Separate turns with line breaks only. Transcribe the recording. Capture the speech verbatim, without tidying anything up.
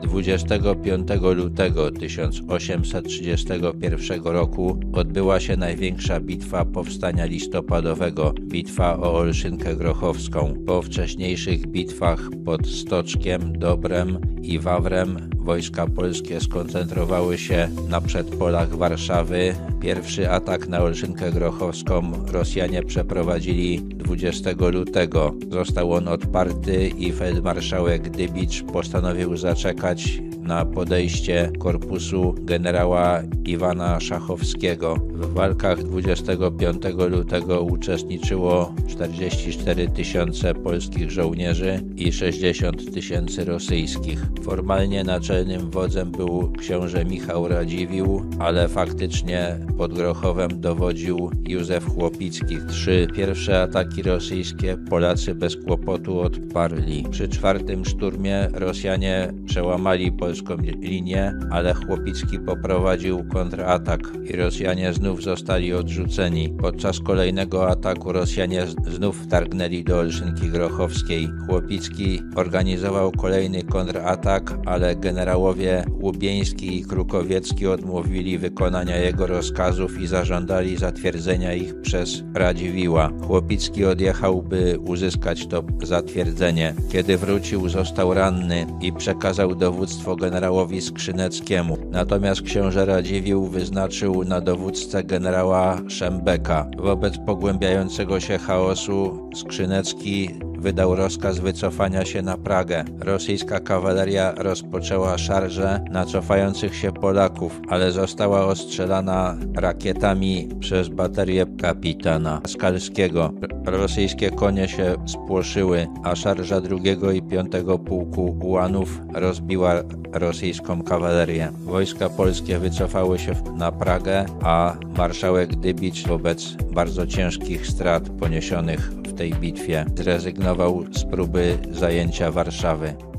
dwudziestego piątego lutego tysiąc osiemset trzydziestego pierwszego roku odbyła się największa bitwa powstania listopadowego, bitwa o Olszynkę Grochowską. Po wcześniejszych bitwach pod Stoczkiem, Dobrem i Wawrem wojska polskie skoncentrowały się na przedpolach Warszawy. Pierwszy atak na Olszynkę Grochowską Rosjanie przeprowadzili dwudziestego lutego. Został on odparty i feldmarszałek Dybicz postanowił zaczekać na podejście korpusu generała Iwana Szachowskiego. W walkach dwudziestego piątego lutego uczestniczyło czterdzieści cztery tysiące polskich żołnierzy i sześćdziesiąt tysięcy rosyjskich. Formalnie naczelnym wodzem był książę Michał Radziwiłł, ale faktycznie pod Grochowem dowodził Józef Chłopicki. Trzy pierwsze ataki rosyjskie Polacy bez kłopotu odparli. Przy czwartym szturmie Rosjanie przełamali polską linię, ale Chłopicki poprowadził kontratak i Rosjanie znów zostali odrzuceni. Podczas kolejnego ataku Rosjanie znów wtargnęli do Olszynki Grochowskiej. Chłopicki organizował kolejny kontratak, ale generałowie Łubieński i Krukowiecki odmówili wykonania jego rozkazów i zażądali zatwierdzenia ich przez Radziwiłła. Chłopicki odjechał, by uzyskać to zatwierdzenie. Kiedy wrócił, został ranny i przekazał dowództwo generałowi Skrzyneckiemu. Natomiast książę Radziwiłł wyznaczył na dowódcę generała Szembeka. Wobec pogłębiającego się chaosu Skrzynecki wydał rozkaz wycofania się na Pragę. Rosyjska kawaleria rozpoczęła szarżę na cofających się Polaków, ale została ostrzelana rakietami przez baterię kapitana Skalskiego. Rosyjskie konie się spłoszyły, a szarża drugiego i piątego pułku ułanów rozbiła rosyjską kawalerię. Wojska polskie wycofały się na Pragę, a marszałek Dybicz wobec bardzo ciężkich strat poniesionych w tej bitwie zrezygnował z próby zajęcia Warszawy.